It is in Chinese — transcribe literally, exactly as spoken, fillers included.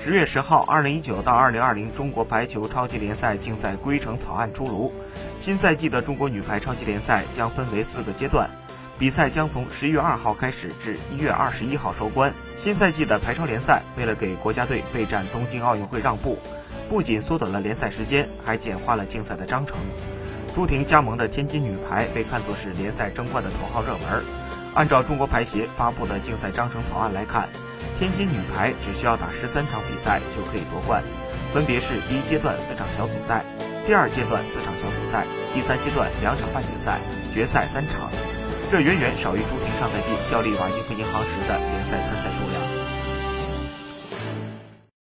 十月十号，二零一九到二零二零中国排球超级联赛竞赛规程草案出炉。新赛季的中国女排超级联赛将分为四个阶段，比赛将从十一月二号开始至一月二十一号收官。新赛季的排超联赛为了给国家队备战东京奥运会让步，不仅缩短了联赛时间，还简化了竞赛的章程。朱婷加盟的天津女排被看作是联赛争冠的头号热门。按照中国排协发布的竞赛章程草案来看，天津女排只需要打十三场比赛就可以夺冠，分别是第一阶段四场小组赛，第二阶段四场小组赛，第三阶段两场半决赛，决赛三场。这远远少于朱婷上赛季效力瓦金福银行时的联赛参赛数量。